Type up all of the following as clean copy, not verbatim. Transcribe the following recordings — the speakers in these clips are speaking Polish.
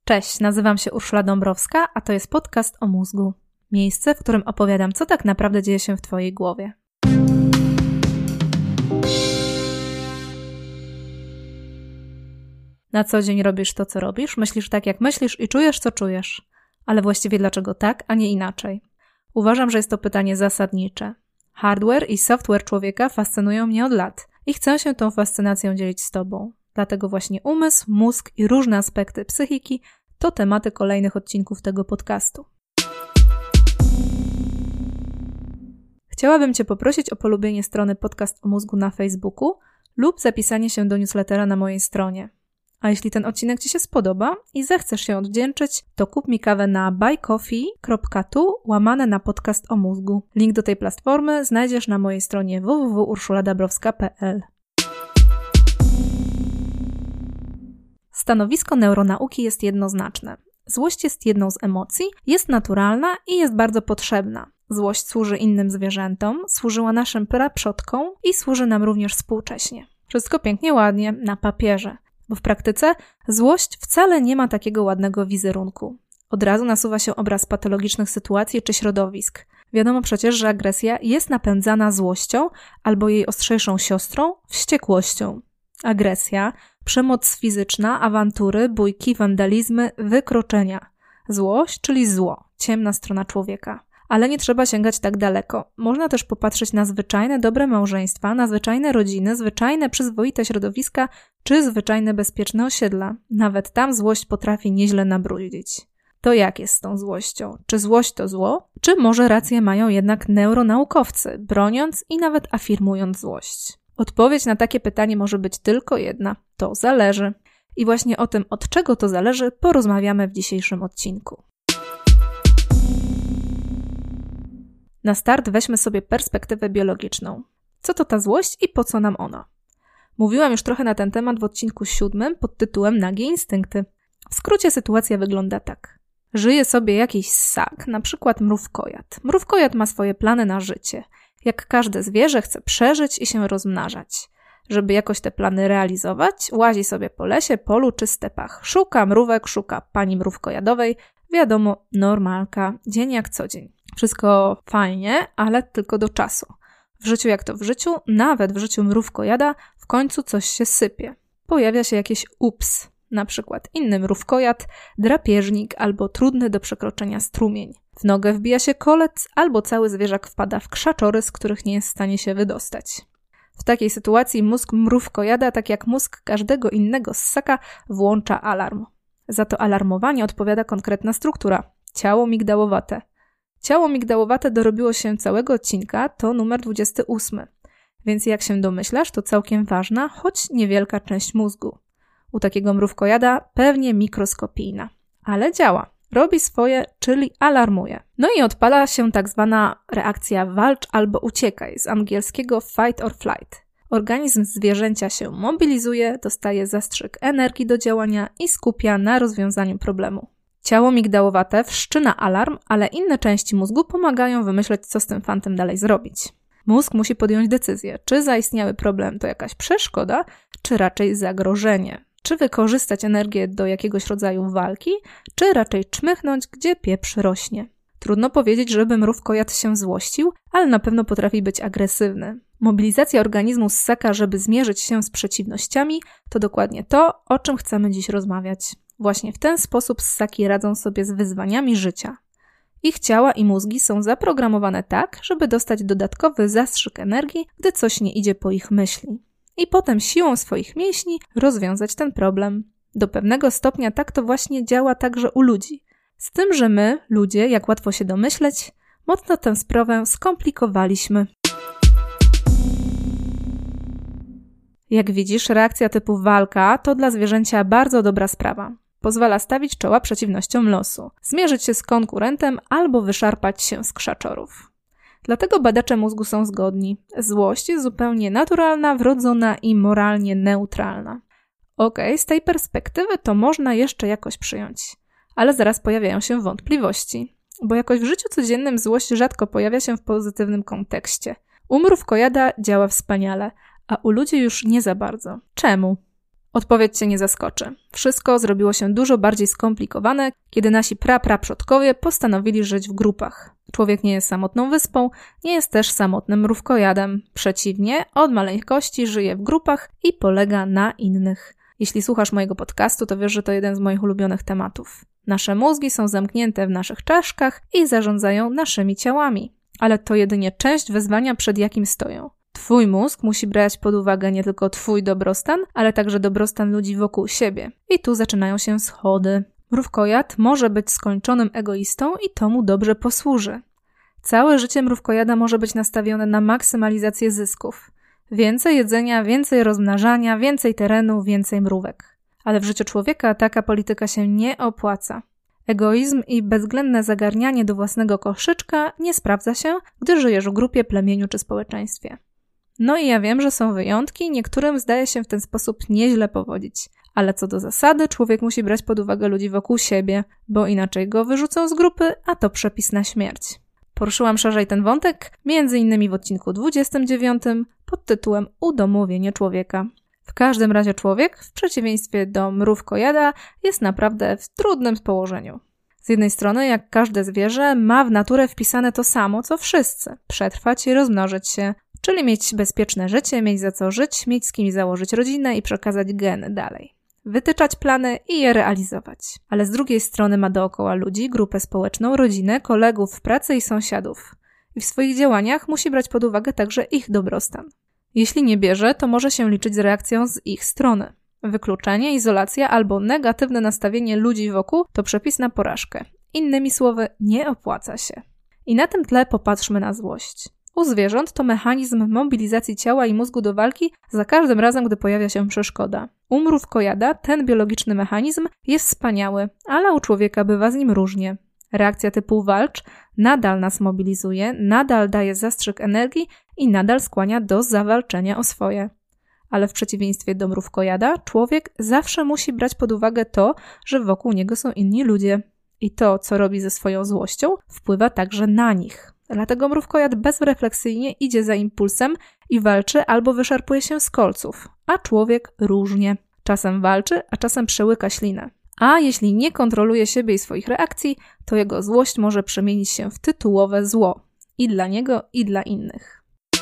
Cześć, nazywam się Urszula Dąbrowska, a to jest podcast o mózgu. Miejsce, w którym opowiadam, co tak naprawdę dzieje się w Twojej głowie. Na co dzień robisz to, co robisz, myślisz tak, jak myślisz i czujesz, co czujesz. Ale właściwie dlaczego tak, a nie inaczej? Uważam, że jest to pytanie zasadnicze. Hardware i software człowieka fascynują mnie od lat i chcę się tą fascynacją dzielić z Tobą. Dlatego właśnie umysł, mózg i różne aspekty psychiki to tematy kolejnych odcinków tego podcastu. Chciałabym Cię poprosić o polubienie strony Podcast o mózgu na Facebooku lub zapisanie się do newslettera na mojej stronie. A jeśli ten odcinek Ci się spodoba i zechcesz się odwdzięczyć, to kup mi kawę na buycoffee.tu/podcast o mózgu. Link do tej platformy znajdziesz na mojej stronie www.urszuladabrowska.pl. Stanowisko neuronauki jest jednoznaczne. Złość jest jedną z emocji, jest naturalna i jest bardzo potrzebna. Złość służy innym zwierzętom, służyła naszym praprzodkom i służy nam również współcześnie. Wszystko pięknie, ładnie, na papierze. Bo w praktyce złość wcale nie ma takiego ładnego wizerunku. Od razu nasuwa się obraz patologicznych sytuacji czy środowisk. Wiadomo przecież, że agresja jest napędzana złością albo jej ostrzejszą siostrą – wściekłością. Agresja, przemoc fizyczna, awantury, bójki, wandalizmy, wykroczenia. Złość, czyli zło, ciemna strona człowieka. Ale nie trzeba sięgać tak daleko. Można też popatrzeć na zwyczajne, dobre małżeństwa, na zwyczajne rodziny, zwyczajne, przyzwoite środowiska czy zwyczajne, bezpieczne osiedla. Nawet tam złość potrafi nieźle nabrudzić. To jak jest z tą złością? Czy złość to zło? Czy może rację mają jednak neuronaukowcy, broniąc i nawet afirmując złość? Odpowiedź na takie pytanie może być tylko jedna. To zależy. I właśnie o tym, od czego to zależy, porozmawiamy w dzisiejszym odcinku. Na start weźmy sobie perspektywę biologiczną. Co to ta złość i po co nam ona? Mówiłam już trochę na ten temat w odcinku 7 pod tytułem Nagie instynkty. W skrócie sytuacja wygląda tak. Żyje sobie jakiś ssak, na przykład mrówkojad. Mrówkojad ma swoje plany na życie. Jak każde zwierzę chce przeżyć i się rozmnażać. Żeby jakoś te plany realizować, łazi sobie po lesie, polu czy stepach. Szuka mrówek, szuka pani mrówkojadowej. Wiadomo, normalka, dzień jak co dzień. Wszystko fajnie, ale tylko do czasu. W życiu jak to w życiu, nawet w życiu mrówkojada, w końcu coś się sypie. Pojawia się jakieś ups, na przykład inny mrówkojad, drapieżnik albo trudny do przekroczenia strumień. W nogę wbija się kolec albo cały zwierzak wpada w krzaczory, z których nie jest w stanie się wydostać. W takiej sytuacji mózg mrówkojada, tak jak mózg każdego innego ssaka, włącza alarm. Za to alarmowanie odpowiada konkretna struktura – ciało migdałowate. Ciało migdałowate dorobiło się całego odcinka, to numer 28. Więc jak się domyślasz, to całkiem ważna, choć niewielka część mózgu. U takiego mrówkojada pewnie mikroskopijna. Ale działa. Robi swoje, czyli alarmuje. No i odpala się tak zwana reakcja walcz albo uciekaj, z angielskiego fight or flight. Organizm zwierzęcia się mobilizuje, dostaje zastrzyk energii do działania i skupia na rozwiązaniu problemu. Ciało migdałowate wszczyna alarm, ale inne części mózgu pomagają wymyśleć, co z tym fantem dalej zrobić. Mózg musi podjąć decyzję, czy zaistniały problem to jakaś przeszkoda, czy raczej zagrożenie. Czy wykorzystać energię do jakiegoś rodzaju walki, czy raczej czmychnąć, gdzie pieprz rośnie. Trudno powiedzieć, żeby mrówkojad się złościł, ale na pewno potrafi być agresywny. Mobilizacja organizmu ssaka, żeby zmierzyć się z przeciwnościami, to dokładnie to, o czym chcemy dziś rozmawiać. Właśnie w ten sposób ssaki radzą sobie z wyzwaniami życia. Ich ciała i mózgi są zaprogramowane tak, żeby dostać dodatkowy zastrzyk energii, gdy coś nie idzie po ich myśli. I potem siłą swoich mięśni rozwiązać ten problem. Do pewnego stopnia tak to właśnie działa także u ludzi. Z tym, że my, ludzie, jak łatwo się domyśleć, mocno tę sprawę skomplikowaliśmy. Jak widzisz, reakcja typu walka to dla zwierzęcia bardzo dobra sprawa. Pozwala stawić czoła przeciwnościom losu, zmierzyć się z konkurentem albo wyszarpać się z krzaczorów. Dlatego badacze mózgu są zgodni. Złość jest zupełnie naturalna, wrodzona i moralnie neutralna. Okej, z tej perspektywy to można jeszcze jakoś przyjąć. Ale zaraz pojawiają się wątpliwości. Bo jakoś w życiu codziennym złość rzadko pojawia się w pozytywnym kontekście. U mrówkojada działa wspaniale, a u ludzi już nie za bardzo. Czemu? Odpowiedź cię nie zaskoczy. Wszystko zrobiło się dużo bardziej skomplikowane, kiedy nasi praprzodkowie postanowili żyć w grupach. Człowiek nie jest samotną wyspą, nie jest też samotnym mrówkojadem. Przeciwnie, od maleńkości żyje w grupach i polega na innych. Jeśli słuchasz mojego podcastu, to wiesz, że to jeden z moich ulubionych tematów. Nasze mózgi są zamknięte w naszych czaszkach i zarządzają naszymi ciałami. Ale to jedynie część wyzwania, przed jakim stoją. Twój mózg musi brać pod uwagę nie tylko twój dobrostan, ale także dobrostan ludzi wokół siebie. I tu zaczynają się schody. Mrówkojad może być skończonym egoistą i to mu dobrze posłuży. Całe życie mrówkojada może być nastawione na maksymalizację zysków. Więcej jedzenia, więcej rozmnażania, więcej terenu, więcej mrówek. Ale w życiu człowieka taka polityka się nie opłaca. Egoizm i bezwzględne zagarnianie do własnego koszyczka nie sprawdza się, gdy żyjesz w grupie, plemieniu czy społeczeństwie. No i ja wiem, że są wyjątki, niektórym zdaje się w ten sposób nieźle powodzić. Ale co do zasady, człowiek musi brać pod uwagę ludzi wokół siebie, bo inaczej go wyrzucą z grupy, a to przepis na śmierć. Poruszyłam szerzej ten wątek, m.in. w odcinku 29 pod tytułem Udomowienie człowieka. W każdym razie człowiek, w przeciwieństwie do mrówkojada, jest naprawdę w trudnym położeniu. Z jednej strony, jak każde zwierzę, ma w naturę wpisane to samo, co wszyscy – przetrwać i rozmnożyć się, czyli mieć bezpieczne życie, mieć za co żyć, mieć z kimś założyć rodzinę i przekazać geny dalej. Wytyczać plany i je realizować. Ale z drugiej strony ma dookoła ludzi, grupę społeczną, rodzinę, kolegów w pracy i sąsiadów. I w swoich działaniach musi brać pod uwagę także ich dobrostan. Jeśli nie bierze, to może się liczyć z reakcją z ich strony. Wykluczenie, izolacja albo negatywne nastawienie ludzi wokół to przepis na porażkę. Innymi słowy, nie opłaca się. I na tym tle popatrzmy na złość. U zwierząt to mechanizm mobilizacji ciała i mózgu do walki za każdym razem, gdy pojawia się przeszkoda. U mrówkojada ten biologiczny mechanizm jest wspaniały, ale u człowieka bywa z nim różnie. Reakcja typu walcz nadal nas mobilizuje, nadal daje zastrzyk energii i nadal skłania do zawalczenia o swoje. Ale w przeciwieństwie do mrówkojada, człowiek zawsze musi brać pod uwagę to, że wokół niego są inni ludzie. I to, co robi ze swoją złością, wpływa także na nich. Dlatego mrówkojad bezrefleksyjnie idzie za impulsem i walczy albo wyszarpuje się z kolców, a człowiek różnie. Czasem walczy, a czasem przełyka ślinę. A jeśli nie kontroluje siebie i swoich reakcji, to jego złość może przemienić się w tytułowe zło. I dla niego, i dla innych.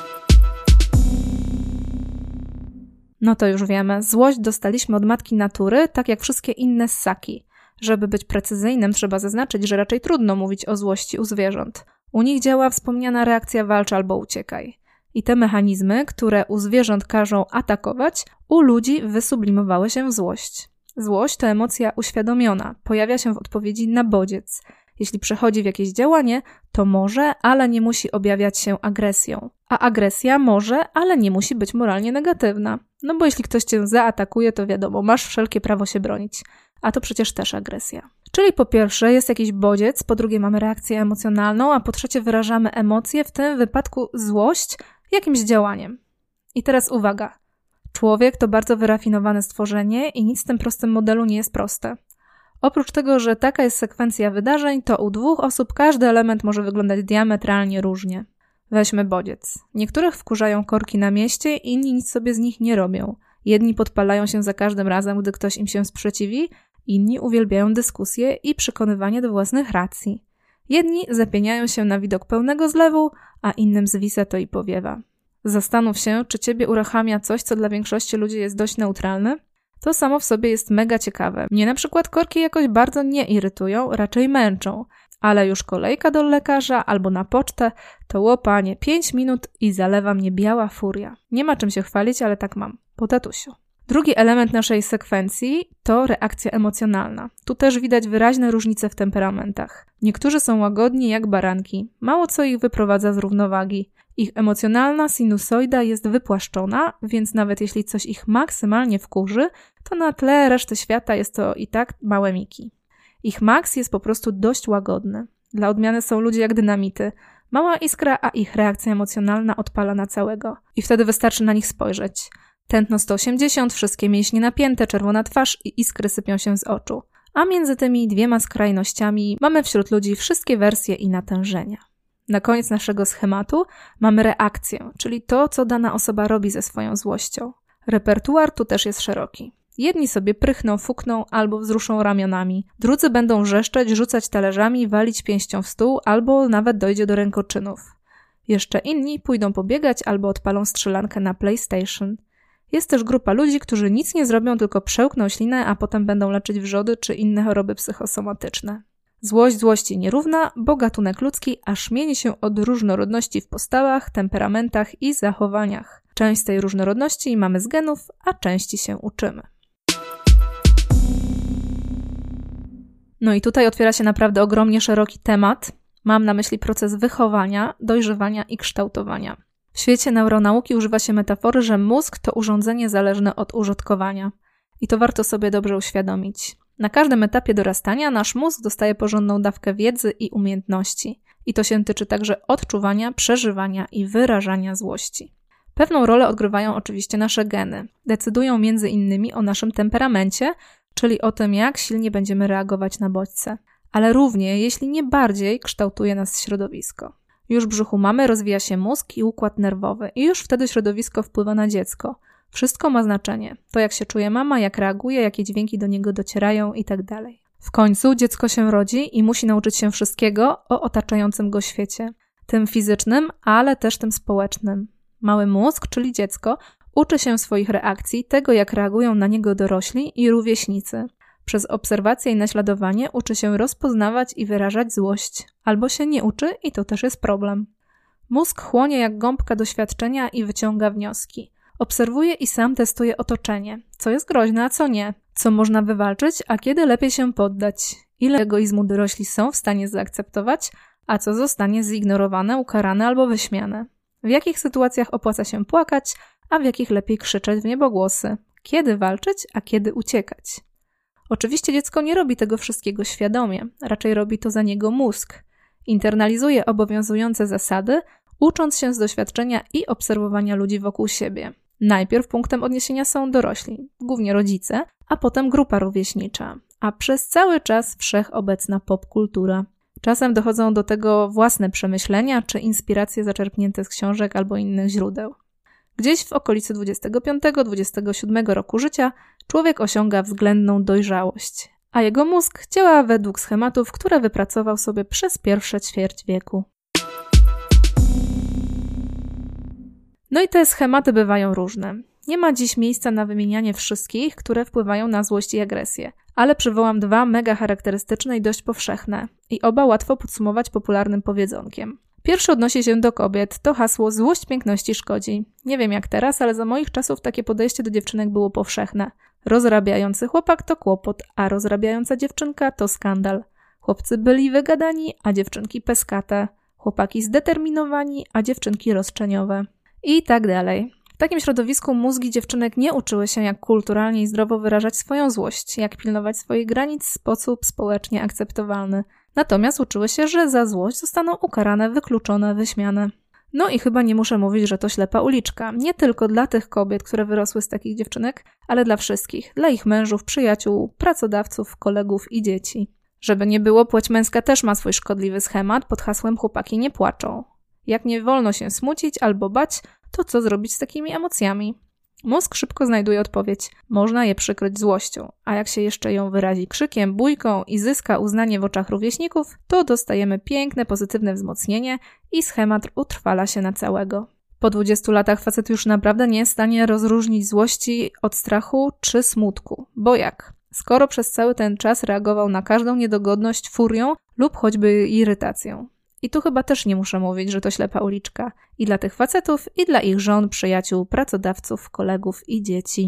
No to już wiemy, złość dostaliśmy od matki natury, tak jak wszystkie inne ssaki. Żeby być precyzyjnym, trzeba zaznaczyć, że raczej trudno mówić o złości u zwierząt. U nich działa wspomniana reakcja walcz albo uciekaj. I te mechanizmy, które u zwierząt każą atakować, u ludzi wysublimowały się w złość. Złość to emocja uświadomiona, pojawia się w odpowiedzi na bodziec. Jeśli przechodzi w jakieś działanie, to może, ale nie musi objawiać się agresją. A agresja może, ale nie musi być moralnie negatywna. No bo jeśli ktoś cię zaatakuje, to wiadomo, masz wszelkie prawo się bronić. A to przecież też agresja. Czyli po pierwsze jest jakiś bodziec, po drugie mamy reakcję emocjonalną, a po trzecie wyrażamy emocje, w tym wypadku złość, jakimś działaniem. I teraz uwaga. Człowiek to bardzo wyrafinowane stworzenie i nic w tym prostym modelu nie jest proste. Oprócz tego, że taka jest sekwencja wydarzeń, to u dwóch osób każdy element może wyglądać diametralnie różnie. Weźmy bodziec. Niektórych wkurzają korki na mieście, inni nic sobie z nich nie robią. Jedni podpalają się za każdym razem, gdy ktoś im się sprzeciwi, inni uwielbiają dyskusje i przekonywanie do własnych racji. Jedni zapieniają się na widok pełnego zlewu, a innym zwisa to i powiewa. Zastanów się, czy ciebie uruchamia coś, co dla większości ludzi jest dość neutralne? To samo w sobie jest mega ciekawe. Mnie na przykład korki jakoś bardzo nie irytują, raczej męczą. Ale już kolejka do lekarza albo na pocztę, to łopanie 5 minut i zalewa mnie biała furia. Nie ma czym się chwalić, ale tak mam. Po tatusiu. Drugi element naszej sekwencji to reakcja emocjonalna. Tu też widać wyraźne różnice w temperamentach. Niektórzy są łagodni jak baranki. Mało co ich wyprowadza z równowagi. Ich emocjonalna sinusoida jest wypłaszczona, więc nawet jeśli coś ich maksymalnie wkurzy, to na tle reszty świata jest to i tak małe miki. Ich maks jest po prostu dość łagodny. Dla odmiany są ludzie jak dynamity. Mała iskra, a ich reakcja emocjonalna odpala na całego. I wtedy wystarczy na nich spojrzeć. Tętno 180, wszystkie mięśnie napięte, czerwona twarz i iskry sypią się z oczu. A między tymi dwiema skrajnościami mamy wśród ludzi wszystkie wersje i natężenia. Na koniec naszego schematu mamy reakcję, czyli to, co dana osoba robi ze swoją złością. Repertuar tu też jest szeroki. Jedni sobie prychną, fukną albo wzruszą ramionami. Drudzy będą wrzeszczeć, rzucać talerzami, walić pięścią w stół albo nawet dojdzie do rękoczynów. Jeszcze inni pójdą pobiegać albo odpalą strzelankę na PlayStation. Jest też grupa ludzi, którzy nic nie zrobią, tylko przełkną ślinę, a potem będą leczyć wrzody czy inne choroby psychosomatyczne. Złość złości nierówna, bo gatunek ludzki aż mieni się od różnorodności w postawach, temperamentach i zachowaniach. Część z tej różnorodności mamy z genów, a części się uczymy. No i tutaj otwiera się naprawdę ogromnie szeroki temat. Mam na myśli proces wychowania, dojrzewania i kształtowania. W świecie neuronauki używa się metafory, że mózg to urządzenie zależne od użytkowania. I to warto sobie dobrze uświadomić. Na każdym etapie dorastania nasz mózg dostaje porządną dawkę wiedzy i umiejętności. I to się tyczy także odczuwania, przeżywania i wyrażania złości. Pewną rolę odgrywają oczywiście nasze geny. Decydują między innymi o naszym temperamencie, czyli o tym, jak silnie będziemy reagować na bodźce. Ale równie, jeśli nie bardziej, kształtuje nas środowisko. Już w brzuchu mamy rozwija się mózg i układ nerwowy i już wtedy środowisko wpływa na dziecko. Wszystko ma znaczenie. To, jak się czuje mama, jak reaguje, jakie dźwięki do niego docierają itd. W końcu dziecko się rodzi i musi nauczyć się wszystkiego o otaczającym go świecie. Tym fizycznym, ale też tym społecznym. Mały mózg, czyli dziecko, uczy się swoich reakcji, tego jak reagują na niego dorośli i rówieśnicy. Przez obserwację i naśladowanie uczy się rozpoznawać i wyrażać złość. Albo się nie uczy i to też jest problem. Mózg chłonie jak gąbka doświadczenia i wyciąga wnioski. Obserwuje i sam testuje otoczenie. Co jest groźne, a co nie. Co można wywalczyć, a kiedy lepiej się poddać. Ile egoizmu dorośli są w stanie zaakceptować, a co zostanie zignorowane, ukarane albo wyśmiane. W jakich sytuacjach opłaca się płakać, a w jakich lepiej krzyczeć w niebogłosy. Kiedy walczyć, a kiedy uciekać. Oczywiście dziecko nie robi tego wszystkiego świadomie, raczej robi to za niego mózg. Internalizuje obowiązujące zasady, ucząc się z doświadczenia i obserwowania ludzi wokół siebie. Najpierw punktem odniesienia są dorośli, głównie rodzice, a potem grupa rówieśnicza, a przez cały czas wszechobecna popkultura. Czasem dochodzą do tego własne przemyślenia czy inspiracje zaczerpnięte z książek albo innych źródeł. Gdzieś w okolicy 25-27 roku życia człowiek osiąga względną dojrzałość, a jego mózg działa według schematów, które wypracował sobie przez pierwsze ćwierć wieku. No i te schematy bywają różne. Nie ma dziś miejsca na wymienianie wszystkich, które wpływają na złość i agresję, ale przywołam dwa mega charakterystyczne i dość powszechne i oba łatwo podsumować popularnym powiedzonkiem. Pierwszy odnosi się do kobiet, to hasło złość piękności szkodzi. Nie wiem jak teraz, ale za moich czasów takie podejście do dziewczynek było powszechne. Rozrabiający chłopak to kłopot, a rozrabiająca dziewczynka to skandal. Chłopcy byli wygadani, a dziewczynki peskate. Chłopaki zdeterminowani, a dziewczynki roszczeniowe. I tak dalej. W takim środowisku mózgi dziewczynek nie uczyły się, jak kulturalnie i zdrowo wyrażać swoją złość, jak pilnować swoich granic w sposób społecznie akceptowalny. Natomiast uczyły się, że za złość zostaną ukarane, wykluczone, wyśmiane. No i chyba nie muszę mówić, że to ślepa uliczka. Nie tylko dla tych kobiet, które wyrosły z takich dziewczynek, ale dla wszystkich. Dla ich mężów, przyjaciół, pracodawców, kolegów i dzieci. Żeby nie było, płeć męska też ma swój szkodliwy schemat pod hasłem chłopaki nie płaczą. Jak nie wolno się smucić albo bać, to co zrobić z takimi emocjami? Mózg szybko znajduje odpowiedź. Można je przykryć złością, a jak się jeszcze ją wyrazi krzykiem, bójką i zyska uznanie w oczach rówieśników, to dostajemy piękne, pozytywne wzmocnienie i schemat utrwala się na całego. Po 20 latach facet już naprawdę nie jest w stanie rozróżnić złości od strachu czy smutku. Bo jak? Skoro przez cały ten czas reagował na każdą niedogodność furią lub choćby irytacją. I tu chyba też nie muszę mówić, że to ślepa uliczka. I dla tych facetów, i dla ich żon, przyjaciół, pracodawców, kolegów i dzieci.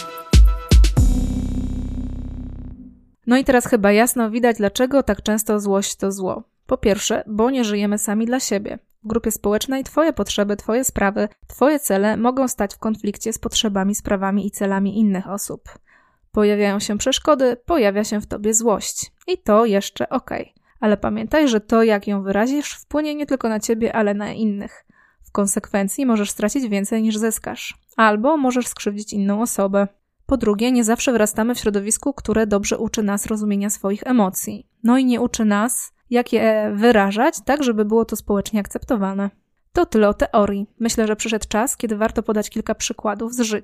No i teraz chyba jasno widać, dlaczego tak często złość to zło. Po pierwsze, bo nie żyjemy sami dla siebie. W grupie społecznej twoje potrzeby, twoje sprawy, twoje cele mogą stać w konflikcie z potrzebami, sprawami i celami innych osób. Pojawiają się przeszkody, pojawia się w tobie złość. I to jeszcze okej. Ale pamiętaj, że to, jak ją wyrazisz, wpłynie nie tylko na ciebie, ale na innych. W konsekwencji możesz stracić więcej niż zyskasz. Albo możesz skrzywdzić inną osobę. Po drugie, nie zawsze wyrastamy w środowisku, które dobrze uczy nas rozumienia swoich emocji. No i nie uczy nas, jak je wyrażać, tak żeby było to społecznie akceptowane. To tyle o teorii. Myślę, że przyszedł czas, kiedy warto podać kilka przykładów z życia.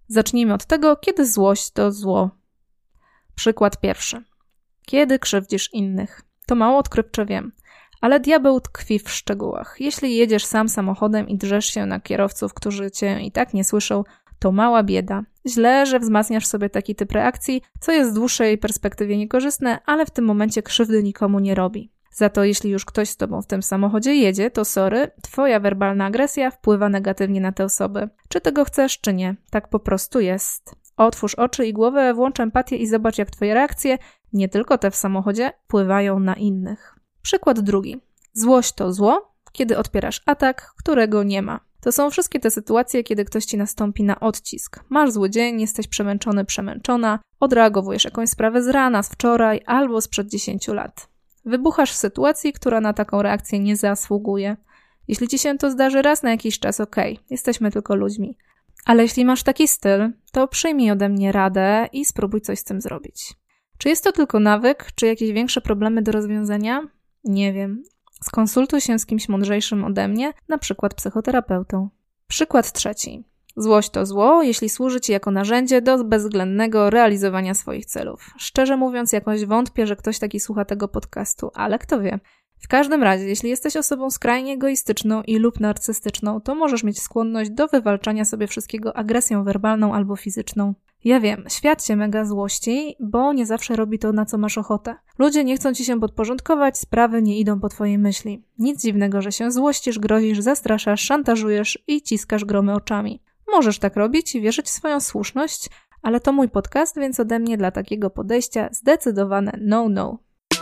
Zacznijmy od tego, kiedy złość to zło. Przykład pierwszy. Kiedy krzywdzisz innych? To mało odkrywcze, wiem, ale diabeł tkwi w szczegółach. Jeśli jedziesz sam samochodem i drzesz się na kierowców, którzy cię i tak nie słyszą, to mała bieda. Źle, że wzmacniasz sobie taki typ reakcji, co jest w dłuższej perspektywie niekorzystne, ale w tym momencie krzywdy nikomu nie robi. Za to jeśli już ktoś z tobą w tym samochodzie jedzie, to sorry, twoja werbalna agresja wpływa negatywnie na tę osobę. Czy tego chcesz, czy nie. Tak po prostu jest. Otwórz oczy i głowę, włącz empatię i zobacz, jak twoje reakcje, nie tylko te w samochodzie, wpływają na innych. Przykład drugi. Złość to zło, kiedy odpierasz atak, którego nie ma. To są wszystkie te sytuacje, kiedy ktoś ci nastąpi na odcisk. Masz zły dzień, jesteś przemęczony, przemęczona, odreagowujesz jakąś sprawę z rana, z wczoraj albo sprzed 10 lat. Wybuchasz w sytuacji, która na taką reakcję nie zasługuje. Jeśli ci się to zdarzy raz na jakiś czas, okej, jesteśmy tylko ludźmi. Ale jeśli masz taki styl, to przyjmij ode mnie radę i spróbuj coś z tym zrobić. Czy jest to tylko nawyk, czy jakieś większe problemy do rozwiązania? Nie wiem. Skonsultuj się z kimś mądrzejszym ode mnie, na przykład psychoterapeutą. Przykład trzeci. Złość to zło, jeśli służy ci jako narzędzie do bezwzględnego realizowania swoich celów. Szczerze mówiąc, jakoś wątpię, że ktoś taki słucha tego podcastu, ale kto wie. W każdym razie, jeśli jesteś osobą skrajnie egoistyczną i lub narcystyczną, to możesz mieć skłonność do wywalczania sobie wszystkiego agresją werbalną albo fizyczną. Ja wiem, świat cię mega złości, bo nie zawsze robi to, na co masz ochotę. Ludzie nie chcą ci się podporządkować, sprawy nie idą po twojej myśli. Nic dziwnego, że się złościsz, grozisz, zastraszasz, szantażujesz i ciskasz gromy oczami. Możesz tak robić i wierzyć w swoją słuszność, ale to mój podcast, więc ode mnie dla takiego podejścia zdecydowane no.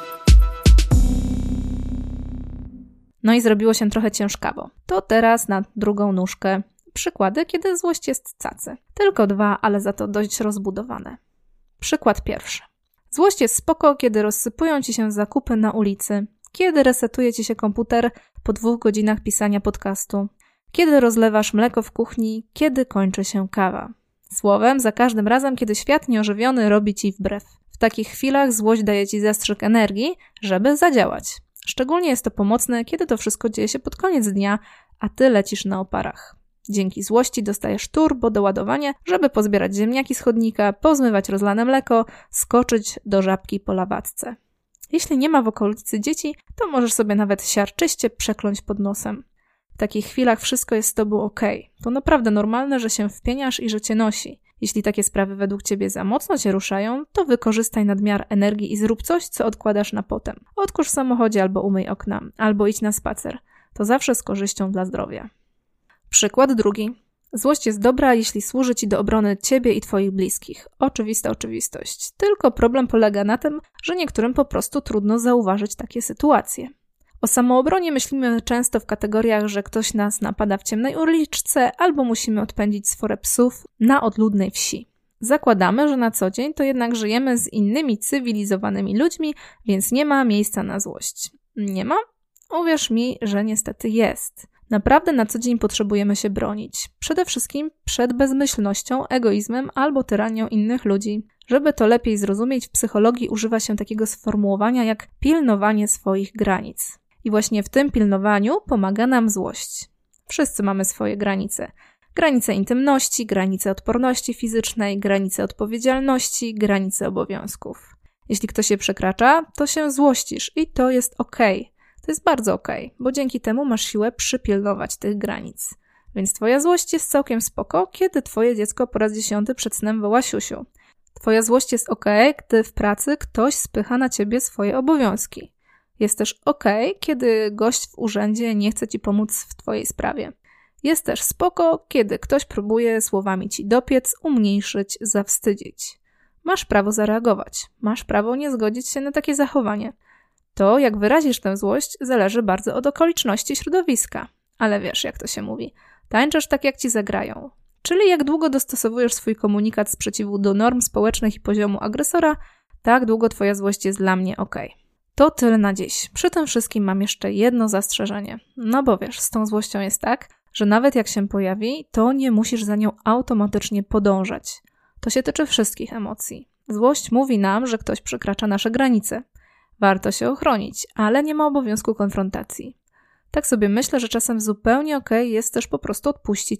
No i zrobiło się trochę ciężkawo. To teraz na drugą nóżkę. Przykłady, kiedy złość jest cacy. Tylko 2, ale za to dość rozbudowane. Przykład pierwszy. Złość jest spoko, kiedy rozsypują ci się zakupy na ulicy, kiedy resetuje ci się komputer po 2 godzinach pisania podcastu, kiedy rozlewasz mleko w kuchni, kiedy kończy się kawa. Słowem, za każdym razem, kiedy świat nieożywiony robi ci wbrew. W takich chwilach złość daje ci zastrzyk energii, żeby zadziałać. Szczególnie jest to pomocne, kiedy to wszystko dzieje się pod koniec dnia, a ty lecisz na oparach. Dzięki złości dostajesz turbo doładowanie, żeby pozbierać ziemniaki z chodnika, pozmywać rozlane mleko, skoczyć do żabki po lawatce. Jeśli nie ma w okolicy dzieci, to możesz sobie nawet siarczyście przekląć pod nosem. W takich chwilach wszystko jest z tobą okej. To naprawdę normalne, że się wpieniasz i że cię nosi. Jeśli takie sprawy według ciebie za mocno cię ruszają, to wykorzystaj nadmiar energii i zrób coś, co odkładasz na potem. Odkurz w samochodzie albo umyj okna, albo idź na spacer. To zawsze z korzyścią dla zdrowia. Przykład drugi. Złość jest dobra, jeśli służy ci do obrony ciebie i twoich bliskich. Oczywista oczywistość. Tylko problem polega na tym, że niektórym po prostu trudno zauważyć takie sytuacje. O samoobronie myślimy często w kategoriach, że ktoś nas napada w ciemnej uliczce albo musimy odpędzić sforę psów na odludnej wsi. Zakładamy, że na co dzień to jednak żyjemy z innymi cywilizowanymi ludźmi, więc nie ma miejsca na złość. Nie ma? Uwierz mi, że niestety jest. Naprawdę na co dzień potrzebujemy się bronić. Przede wszystkim przed bezmyślnością, egoizmem albo tyranią innych ludzi. Żeby to lepiej zrozumieć, w psychologii używa się takiego sformułowania jak pilnowanie swoich granic. I właśnie w tym pilnowaniu pomaga nam złość. Wszyscy mamy swoje granice. Granice intymności, granice odporności fizycznej, granice odpowiedzialności, granice obowiązków. Jeśli ktoś je przekracza, to się złościsz i to jest okej. To jest bardzo okej, bo dzięki temu masz siłę przypilnować tych granic. Więc twoja złość jest całkiem spoko, kiedy twoje dziecko po raz 10 przed snem woła siusiu. Twoja złość jest okej, gdy w pracy ktoś spycha na ciebie swoje obowiązki. Jest też okej, kiedy gość w urzędzie nie chce ci pomóc w twojej sprawie. Jest też spoko, kiedy ktoś próbuje słowami ci dopiec, umniejszyć, zawstydzić. Masz prawo zareagować. Masz prawo nie zgodzić się na takie zachowanie. To, jak wyrazisz tę złość, zależy bardzo od okoliczności środowiska. Ale wiesz, jak to się mówi. Tańczysz tak, jak ci zagrają. Czyli jak długo dostosowujesz swój komunikat sprzeciwu do norm społecznych i poziomu agresora, tak długo twoja złość jest dla mnie okej. To tyle na dziś. Przy tym wszystkim mam jeszcze jedno zastrzeżenie. No bo wiesz, z tą złością jest tak, że nawet jak się pojawi, to nie musisz za nią automatycznie podążać. To się tyczy wszystkich emocji. Złość mówi nam, że ktoś przekracza nasze granice. Warto się ochronić, ale nie ma obowiązku konfrontacji. Tak sobie myślę, że czasem zupełnie okej jest też po prostu odpuścić.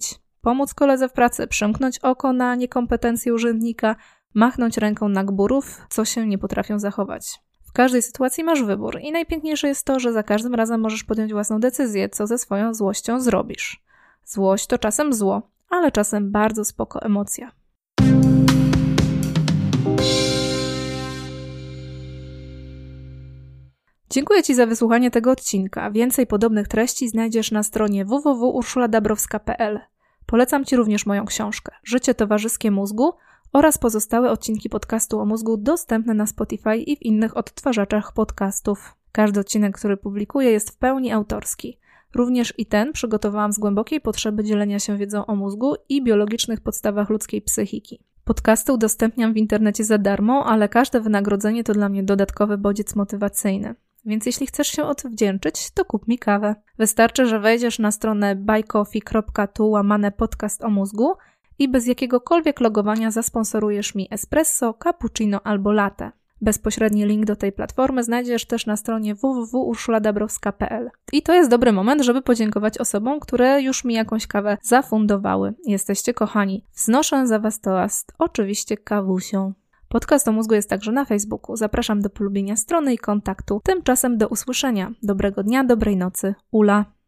pomóc koledze w pracy, przymknąć oko na niekompetencje urzędnika, machnąć ręką na gburów, co się nie potrafią zachować. W każdej sytuacji masz wybór i najpiękniejsze jest to, że za każdym razem możesz podjąć własną decyzję, co ze swoją złością zrobisz. Złość to czasem zło, ale czasem bardzo spoko emocja. Dziękuję Ci za wysłuchanie tego odcinka. Więcej podobnych treści znajdziesz na stronie www.urszuladabrowska.pl. Polecam Ci również moją książkę Życie towarzyskie mózgu oraz pozostałe odcinki podcastu o mózgu dostępne na Spotify i w innych odtwarzaczach podcastów. Każdy odcinek, który publikuję, jest w pełni autorski. Również i ten przygotowałam z głębokiej potrzeby dzielenia się wiedzą o mózgu i biologicznych podstawach ludzkiej psychiki. Podcasty udostępniam w internecie za darmo, ale każde wynagrodzenie to dla mnie dodatkowy bodziec motywacyjny. Więc jeśli chcesz się odwdzięczyć, to kup mi kawę. Wystarczy, że wejdziesz na stronę buycoffee.tu/podcast o mózgu i bez jakiegokolwiek logowania zasponsorujesz mi espresso, cappuccino albo latte. Bezpośredni link do tej platformy znajdziesz też na stronie www.urszuladabrowska.pl. I to jest dobry moment, żeby podziękować osobom, które już mi jakąś kawę zafundowały. Jesteście kochani. Wznoszę za Was toast, oczywiście kawusią. Podcast o mózgu jest także na Facebooku. Zapraszam do polubienia strony i kontaktu. Tymczasem do usłyszenia. Dobrego dnia, dobrej nocy. Ula.